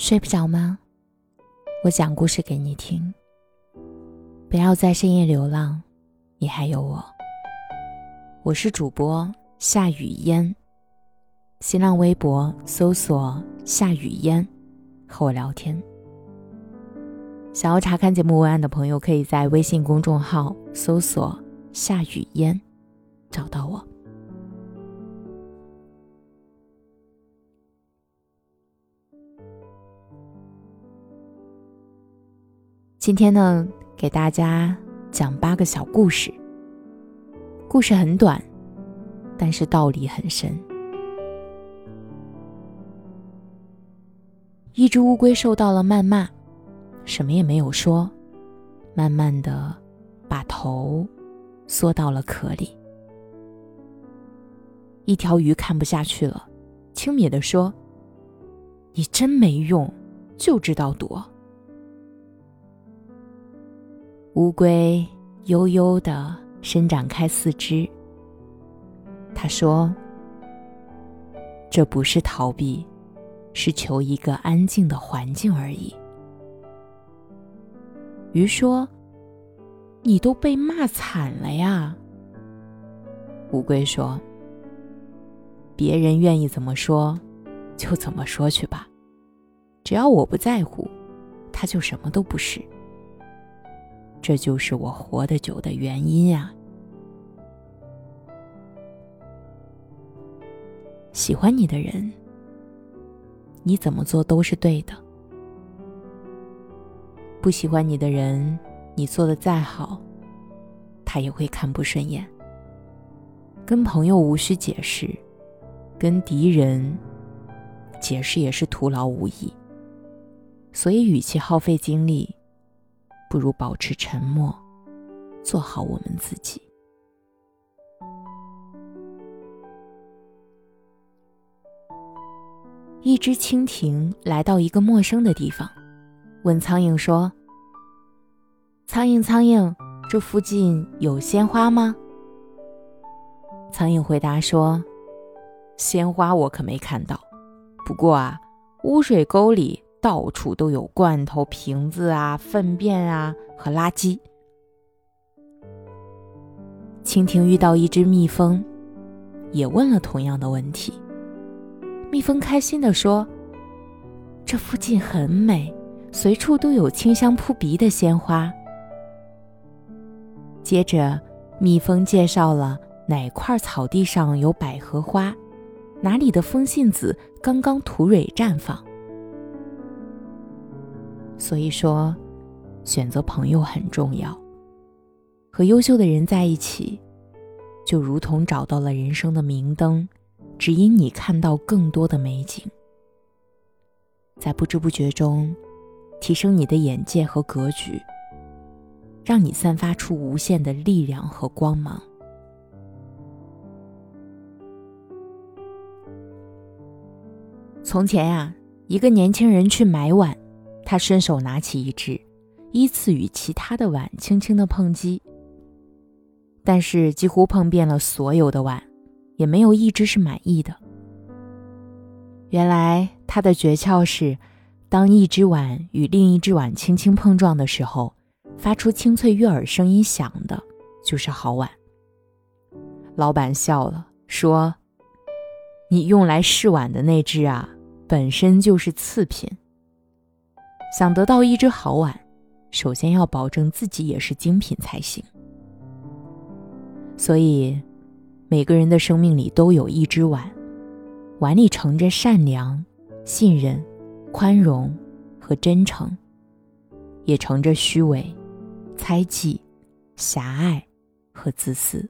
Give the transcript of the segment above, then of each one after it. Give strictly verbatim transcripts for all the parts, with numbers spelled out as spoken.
睡不着吗？我讲故事给你听。不要在深夜流浪，你还有我。我是主播夏雨嫣，新浪微博搜索夏雨嫣和我聊天。想要查看节目文案的朋友，可以在微信公众号搜索夏雨嫣找到我。今天呢，给大家讲八个小故事。故事很短，但是道理很深。一只乌龟受到了谩骂，什么也没有说，慢慢的把头缩到了壳里。一条鱼看不下去了，轻蔑地说：“你真没用，就知道躲。”乌龟悠悠地伸展开四肢，他说：“这不是逃避，是求一个安静的环境而已。”鱼说：“你都被骂惨了呀。”乌龟说：“别人愿意怎么说，就怎么说去吧，只要我不在乎，它就什么都不是。这就是我活得久的原因啊。”喜欢你的人，你怎么做都是对的。不喜欢你的人，你做得再好，他也会看不顺眼。跟朋友无需解释，跟敌人解释也是徒劳无益。所以与其耗费精力，不如保持沉默，做好我们自己。一只蜻蜓来到一个陌生的地方，问苍蝇说：“苍蝇苍蝇，这附近有鲜花吗？”苍蝇回答说：“鲜花我可没看到，不过啊，污水沟里到处都有罐头、瓶子啊、粪便啊和垃圾。”蜻蜓遇到一只蜜蜂，也问了同样的问题。蜜蜂开心地说：“这附近很美，随处都有清香扑鼻的鲜花。”接着，蜜蜂介绍了哪块草地上有百合花，哪里的风信子刚刚吐蕊绽放。所以说，选择朋友很重要。和优秀的人在一起，就如同找到了人生的明灯，指引你看到更多的美景，在不知不觉中提升你的眼界和格局，让你散发出无限的力量和光芒。从前呀、啊，一个年轻人去买碗，他伸手拿起一只，依次与其他的碗轻轻地碰击，但是几乎碰遍了所有的碗，也没有一只是满意的。原来他的诀窍是，当一只碗与另一只碗轻轻碰撞的时候，发出清脆悦耳声音响的就是好碗。老板笑了，说：“你用来试碗的那只啊，本身就是次品。想得到一只好碗，首先要保证自己也是精品才行。”所以每个人的生命里都有一只碗，碗里盛着善良、信任、宽容和真诚，也盛着虚伪、猜忌、狭隘和自私。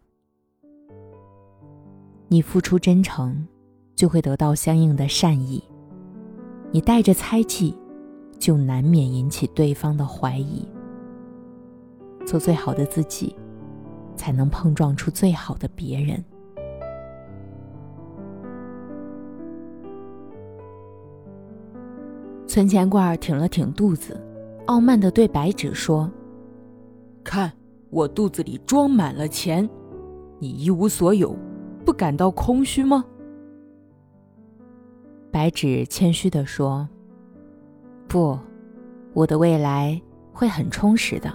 你付出真诚，就会得到相应的善意；你带着猜忌，就难免引起对方的怀疑。做最好的自己，才能碰撞出最好的别人。存钱罐挺了挺肚子，傲慢地对白纸说：“看，我肚子里装满了钱，你一无所有，不感到空虚吗？”白纸谦虚地说：“ 不，我的未来会很充实的。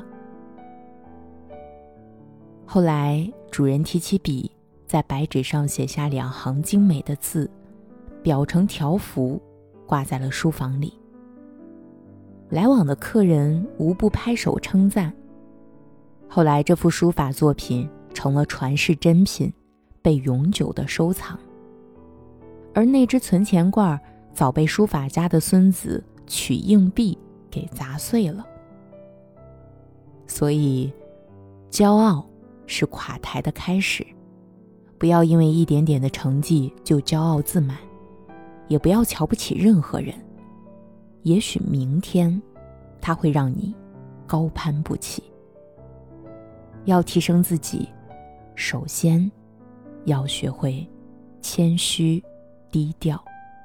后来主人提起笔，在白纸上写下两行精美的字，裱成条幅，挂在了书房里。来往的客人无不拍手称赞。后来这幅书法作品成了传世珍品，被永久的收藏。而那只存钱罐早被书法家的孙子取硬币给砸碎了。所以骄傲是垮台的开始，不要因为一点点的成绩就骄傲自满，也不要瞧不起任何人。也许明天它会让你高攀不起。要提升自己，首先要学会谦虚低调。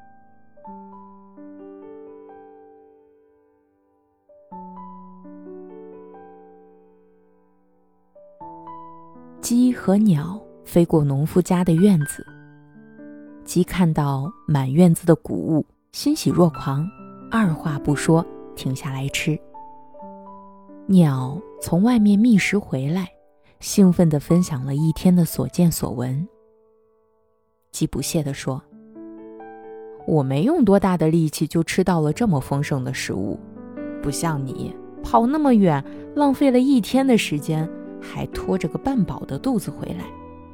鸡和鸟飞过农夫家的院子，鸡看到满院子的谷物，欣喜若狂，二话不说停下来吃。鸟从外面觅食回来，兴奋地分享了一天的所见所闻。鸡不屑地说，我没用多大的力气就吃到了这么丰盛的食物，不像你跑那么远，浪费了一天的时间，还拖着个半饱的肚子回来。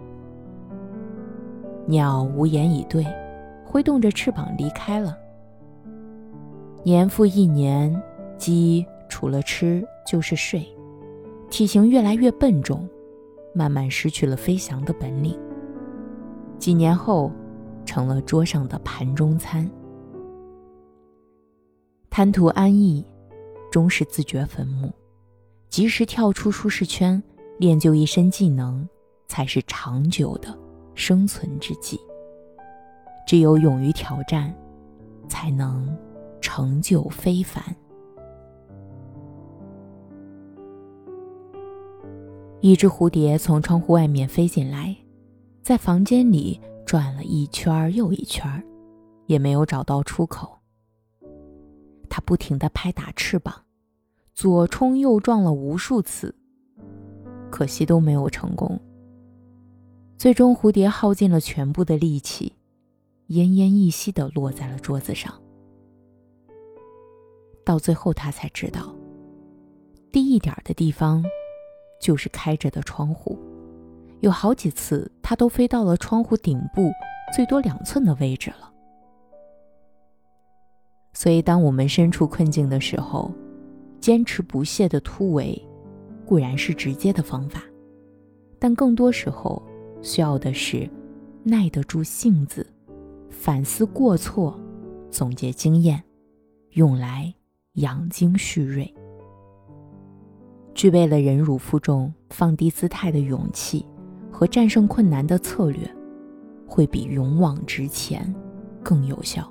鸟无言以对，挥动着翅膀离开了。年复一年，鸡除了吃就是睡，体型越来越笨重，慢慢失去了飞翔的本领。几年后，成了桌上的盘中餐。贪图安逸，终是自掘坟墓。及时跳出舒适圈，练就一身技能，才是长久的生存之计。只有勇于挑战，才能成就非凡。一只蝴蝶从窗户外面飞进来，在房间里转了一圈又一圈，也没有找到出口。它不停地拍打翅膀，左冲右撞了无数次，可惜都没有成功。最终蝴蝶耗尽了全部的力气，奄奄一息地落在了桌子上。到最后他才知道，低一点的地方就是开着的窗户，有好几次他都飞到了窗户顶部最多两寸的位置了。所以当我们身处困境的时候，坚持不懈的突围固然是直接的方法，但更多时候需要的是耐得住性子，反思过错，总结经验，用来养精蓄锐。具备了忍辱负重、放低姿态的勇气和战胜困难的策略，会比勇往直前更有效。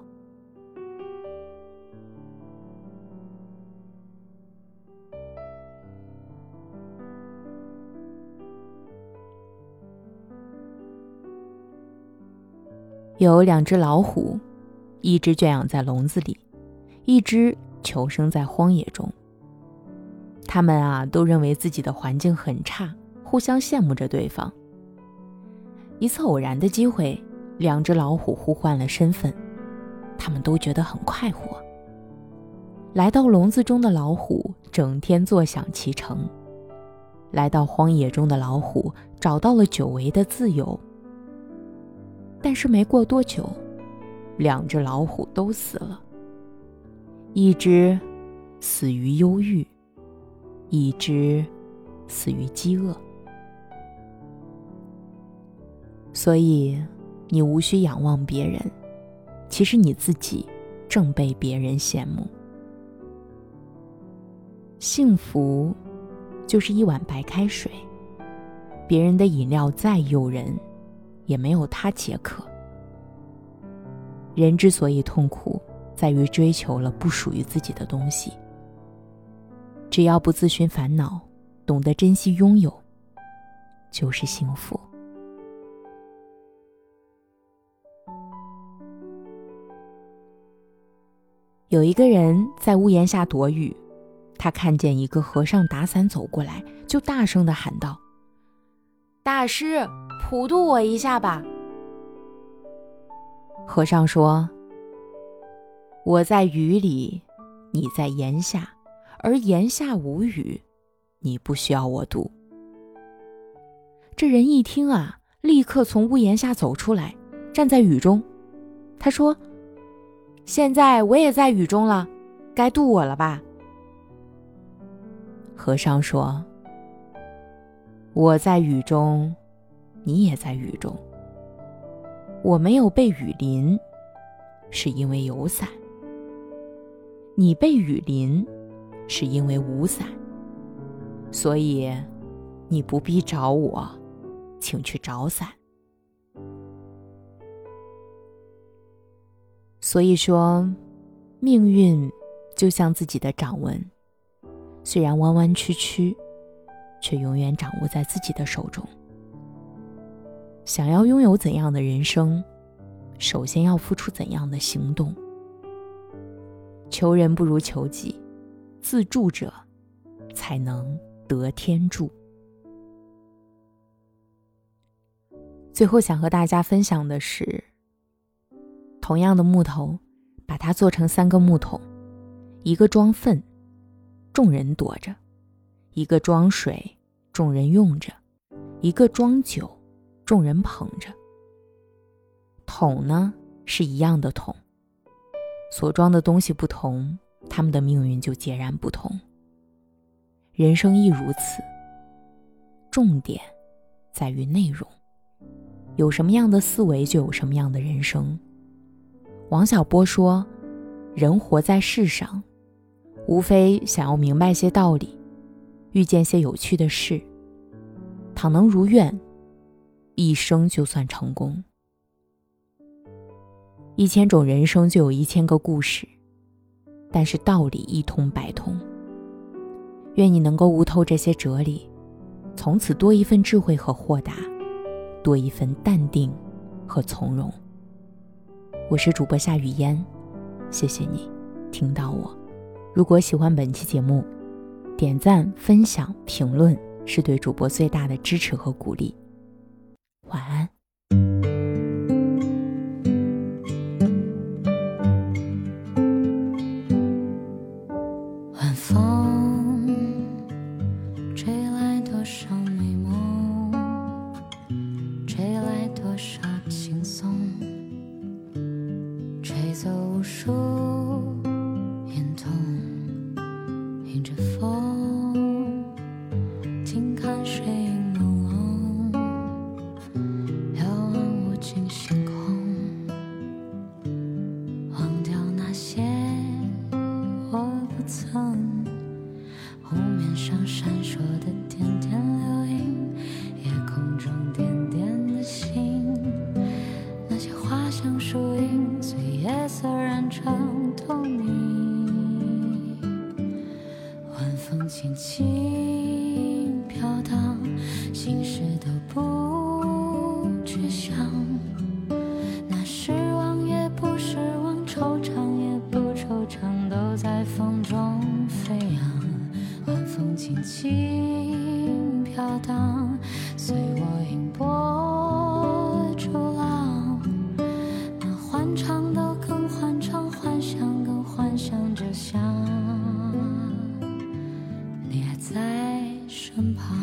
有两只老虎，一只圈养在笼子里，一只求生在荒野中。他们啊，都认为自己的环境很差，互相羡慕着对方。一次偶然的机会，两只老虎互换了身份，他们都觉得很快活。来到笼子中的老虎整天坐享其成，来到荒野中的老虎找到了久违的自由。但是没过多久，两只老虎都死了，一只死于忧郁，一只死于饥饿。所以你无需仰望别人，其实你自己正被别人羡慕。幸福就是一碗白开水，别人的饮料再诱人，也没有它解渴。人之所以痛苦，在于追求了不属于自己的东西。只要不自寻烦恼，懂得珍惜拥有，就是幸福。 有一个人在屋檐下躲雨，他看见一个和尚打伞走过来，就大声地喊道：大师，普渡我一下吧。和尚说：我在雨里，你在檐下，而檐下无雨，你不需要我渡。这人一听啊，立刻从屋檐下走出来，站在雨中。他说：现在我也在雨中了，该渡我了吧？和尚说：我在雨中，你也在雨中。我没有被雨淋，是因为有伞；你被雨淋，是因为无伞。所以你不必找我，请去找伞。所以说，命运就像自己的掌纹，虽然弯弯曲曲，却永远掌握在自己的手中。想要拥有怎样的人生，首先要付出怎样的行动。求人不如求己，自助者才能得天助。最后想和大家分享的是，同样的木头，把它做成三个木桶，一个装粪，众人躲着；一个装水，众人用着；一个装酒，众人捧着。桶呢，是一样的桶，所装的东西不同，他们的命运就截然不同。人生亦如此，重点在于内容，有什么样的思维，就有什么样的人生。王小波说，人活在世上，无非想要明白些道理，遇见些有趣的事，倘能如愿，一生就算成功。一千种人生就有一千个故事，但是道理一通百通。愿你能够悟透这些哲理，从此多一份智慧和豁达，多一份淡定和从容。我是主播夏雨嫣，谢谢你听到我。如果喜欢本期节目，点赞、分享、评论是对主播最大的支持和鼓励。晚安。 晚风吹来多少美梦，吹来多少轻松，吹走无数眼痛，迎着风静看水影朦胧，遥望无尽星空，忘掉那些我不曾，湖面上闪烁的点点流萤，夜空中点点的星，那些花香树影随夜色染成透明，晚风轻轻飘荡，心事都不去想，那失望也不失望，惆怅也不惆怅，都在风中飞扬。晚风轻轻飘荡，随我迎波逐浪，那欢唱都更欢唱，幻想更幻想，就像你还在身旁。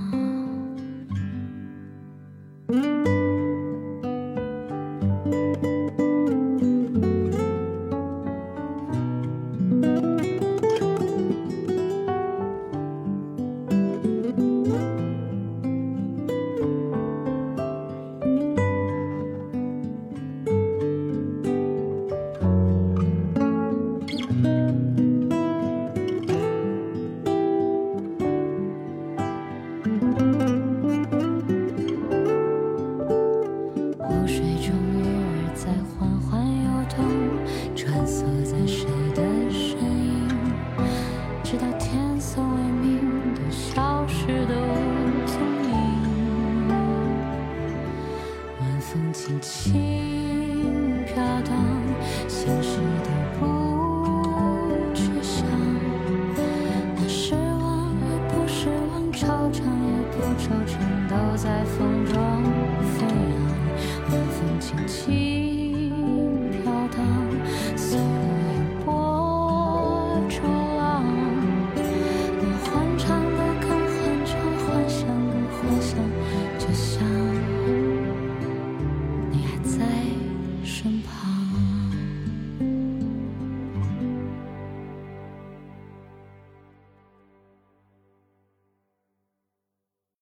湖水中鱼儿在缓缓游动，穿梭在谁的身影，直到天色微明，都消失得无踪影。晚风轻轻飘荡，心事都不愁全都在风中飞扬，晚风轻轻飘荡，随波逐